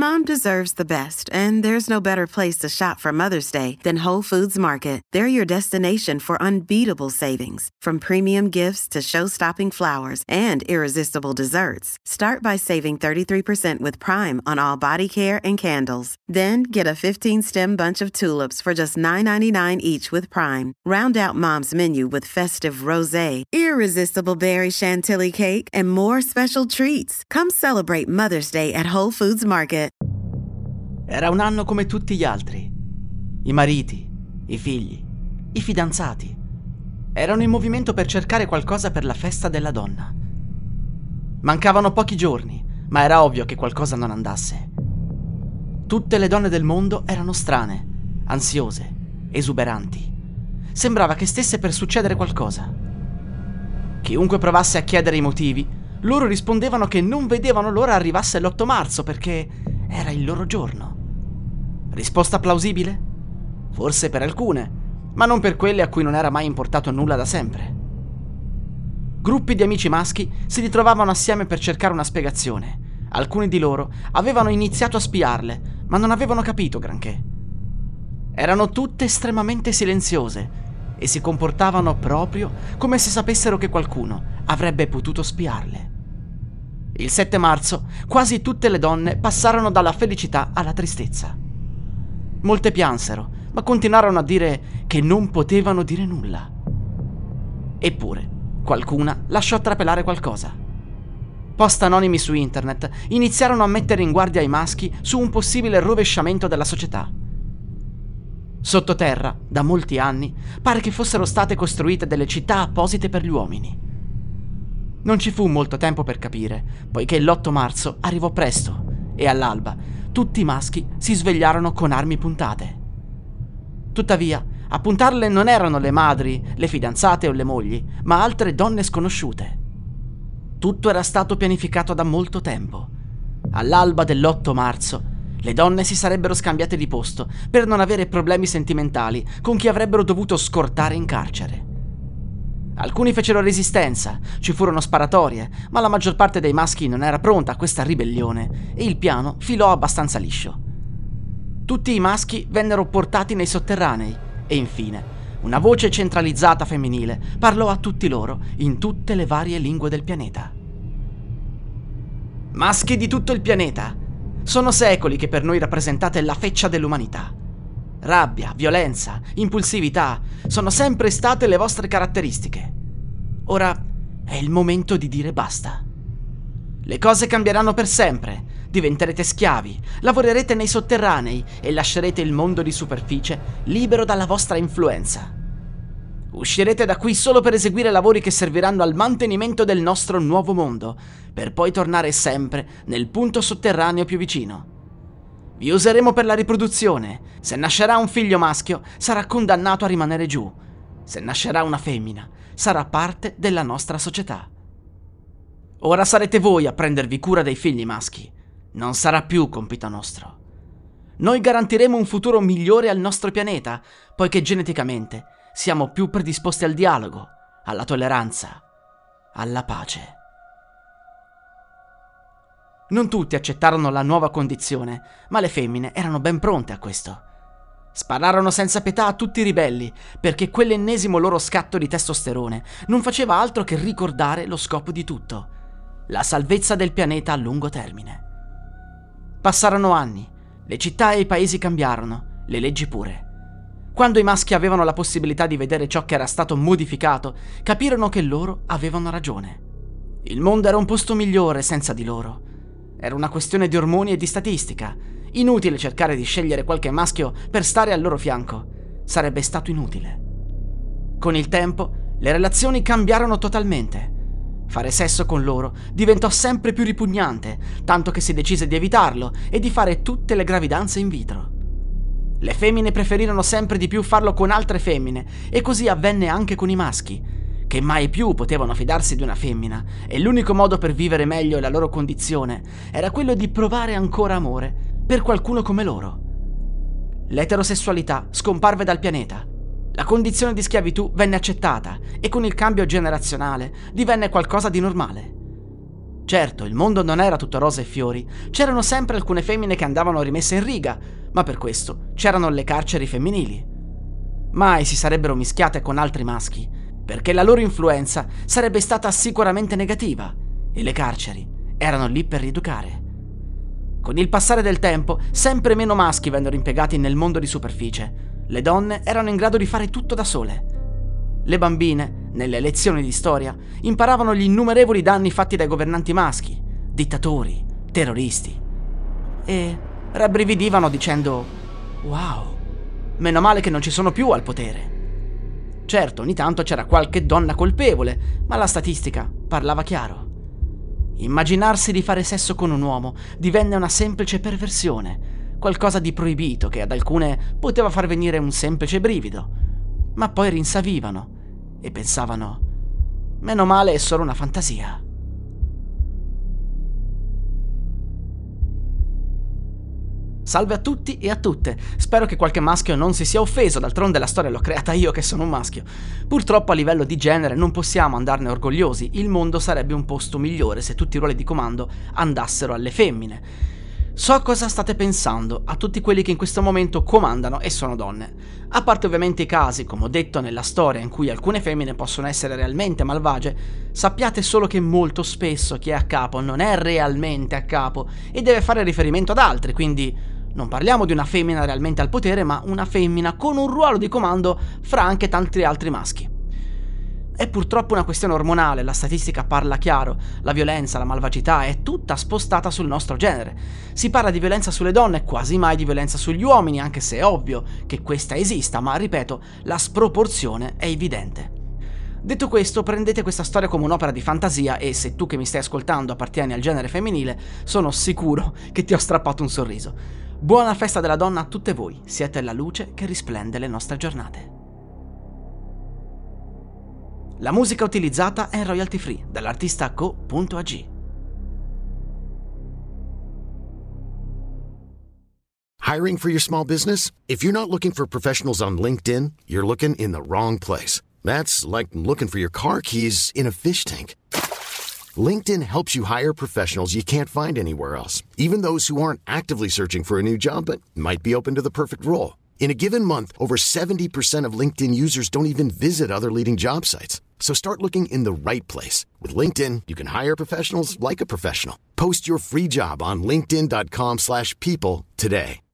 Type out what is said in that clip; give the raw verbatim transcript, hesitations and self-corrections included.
Mom deserves the best, and there's no better place to shop for Mother's Day than Whole Foods Market. They're your destination for unbeatable savings, from premium gifts to show-stopping flowers and irresistible desserts. Start by saving thirty-three percent with Prime on all body care and candles. Then get a fifteen-stem bunch of tulips for just nine ninety-nine each with Prime. Round out Mom's menu with festive rosé, irresistible berry chantilly cake, and more special treats. Come celebrate Mother's Day at Whole Foods Market. Era un anno come tutti gli altri. I mariti, i figli, i fidanzati erano in movimento per cercare qualcosa per la festa della donna. Mancavano pochi giorni, ma era ovvio che qualcosa non andasse. Tutte le donne del mondo erano strane, ansiose, esuberanti. Sembrava che stesse per succedere qualcosa. Chiunque provasse a chiedere i motivi, loro rispondevano che non vedevano l'ora arrivasse l'otto marzo perché era il loro giorno. Risposta plausibile? Forse per alcune, ma non per quelle a cui non era mai importato nulla da sempre. Gruppi di amici maschi si ritrovavano assieme per cercare una spiegazione. Alcuni di loro avevano iniziato a spiarle, ma non avevano capito granché. Erano tutte estremamente silenziose e si comportavano proprio come se sapessero che qualcuno avrebbe potuto spiarle. Il sette marzo quasi tutte le donne passarono dalla felicità alla tristezza. Molte piansero, ma continuarono a dire che non potevano dire nulla. Eppure, qualcuna lasciò trapelare qualcosa. Post anonimi su internet iniziarono a mettere in guardia i maschi su un possibile rovesciamento della società. Sottoterra, da molti anni, pare che fossero state costruite delle città apposite per gli uomini. Non ci fu molto tempo per capire, poiché l'otto marzo arrivò presto e all'alba tutti i maschi si svegliarono con armi puntate. Tuttavia, a puntarle non erano le madri, le fidanzate o le mogli, ma altre donne sconosciute. Tutto era stato pianificato da molto tempo. All'alba dell'otto marzo, le donne si sarebbero scambiate di posto per non avere problemi sentimentali con chi avrebbero dovuto scortare in carcere. Alcuni fecero resistenza, ci furono sparatorie, ma la maggior parte dei maschi non era pronta a questa ribellione e il piano filò abbastanza liscio. Tutti i maschi vennero portati nei sotterranei e infine una voce centralizzata femminile parlò a tutti loro in tutte le varie lingue del pianeta. Maschi di tutto il pianeta, sono secoli che per noi rappresentate la feccia dell'umanità. Rabbia, violenza, impulsività sono sempre state le vostre caratteristiche. Ora è il momento di dire basta. Le cose cambieranno per sempre, diventerete schiavi, lavorerete nei sotterranei e lascerete il mondo di superficie libero dalla vostra influenza. Uscirete da qui solo per eseguire lavori che serviranno al mantenimento del nostro nuovo mondo, per poi tornare sempre nel punto sotterraneo più vicino. Vi useremo per la riproduzione. Se nascerà un figlio maschio, sarà condannato a rimanere giù. Se nascerà una femmina, sarà parte della nostra società. Ora sarete voi a prendervi cura dei figli maschi. Non sarà più compito nostro. Noi garantiremo un futuro migliore al nostro pianeta, poiché geneticamente siamo più predisposti al dialogo, alla tolleranza, alla pace. Non tutti accettarono la nuova condizione, ma le femmine erano ben pronte a questo. Spararono senza pietà a tutti i ribelli, perché quell'ennesimo loro scatto di testosterone non faceva altro che ricordare lo scopo di tutto: la salvezza del pianeta a lungo termine. Passarono anni, le città e i paesi cambiarono, le leggi pure. Quando i maschi avevano la possibilità di vedere ciò che era stato modificato, capirono che loro avevano ragione. Il mondo era un posto migliore senza di loro. Era una questione di ormoni e di statistica. Inutile cercare di scegliere qualche maschio per stare al loro fianco. Sarebbe stato inutile. Con il tempo, le relazioni cambiarono totalmente. Fare sesso con loro diventò sempre più ripugnante, tanto che si decise di evitarlo e di fare tutte le gravidanze in vitro. Le femmine preferirono sempre di più farlo con altre femmine, e così avvenne anche con i maschi, che mai più potevano fidarsi di una femmina, e l'unico modo per vivere meglio la loro condizione era quello di provare ancora amore per qualcuno come loro. L'eterosessualità scomparve dal pianeta. La condizione di schiavitù venne accettata e con il cambio generazionale divenne qualcosa di normale. Certo, il mondo non era tutto rose e fiori, c'erano sempre alcune femmine che andavano rimesse in riga, ma per questo c'erano le carceri femminili. Mai si sarebbero mischiate con altri maschi, perché la loro influenza sarebbe stata sicuramente negativa, e le carceri erano lì per rieducare. Con il passare del tempo, sempre meno maschi vennero impiegati nel mondo di superficie. Le donne erano in grado di fare tutto da sole. Le bambine, nelle lezioni di storia, imparavano gli innumerevoli danni fatti dai governanti maschi, dittatori, terroristi. E rabbrividivano dicendo: wow, meno male che non ci sono più al potere. Certo, ogni tanto c'era qualche donna colpevole, ma la statistica parlava chiaro. Immaginarsi di fare sesso con un uomo divenne una semplice perversione, qualcosa di proibito che ad alcune poteva far venire un semplice brivido, ma poi rinsavivano e pensavano: meno male è solo una fantasia. Salve a tutti e a tutte, spero che qualche maschio non si sia offeso, d'altronde la storia l'ho creata io che sono un maschio. Purtroppo a livello di genere non possiamo andarne orgogliosi, il mondo sarebbe un posto migliore se tutti i ruoli di comando andassero alle femmine. So cosa state pensando, a tutti quelli che in questo momento comandano e sono donne. A parte ovviamente i casi, come ho detto nella storia, in cui alcune femmine possono essere realmente malvagie, sappiate solo che molto spesso chi è a capo non è realmente a capo e deve fare riferimento ad altri, quindi non parliamo di una femmina realmente al potere, ma una femmina con un ruolo di comando fra anche tanti altri maschi. È purtroppo una questione ormonale, la statistica parla chiaro, la violenza, la malvagità è tutta spostata sul nostro genere. Si parla di violenza sulle donne, quasi mai di violenza sugli uomini, anche se è ovvio che questa esista, ma ripeto, la sproporzione è evidente. Detto questo, prendete questa storia come un'opera di fantasia e se tu che mi stai ascoltando appartieni al genere femminile, sono sicuro che ti ho strappato un sorriso. Buona festa della donna a tutte voi, siete la luce che risplende le nostre giornate. La musica utilizzata è royalty free dall'artista go punto a g. Hiring for your small business? If you're not looking for professionals on LinkedIn, you're looking in the wrong place. That's like looking for your car keys in a fish tank. LinkedIn helps you hire professionals you can't find anywhere else, even those who aren't actively searching for a new job but might be open to the perfect role. In a given month, over seventy percent of LinkedIn users don't even visit other leading job sites. So start looking in the right place. With LinkedIn, you can hire professionals like a professional. Post your free job on linkedin dot com slash people today.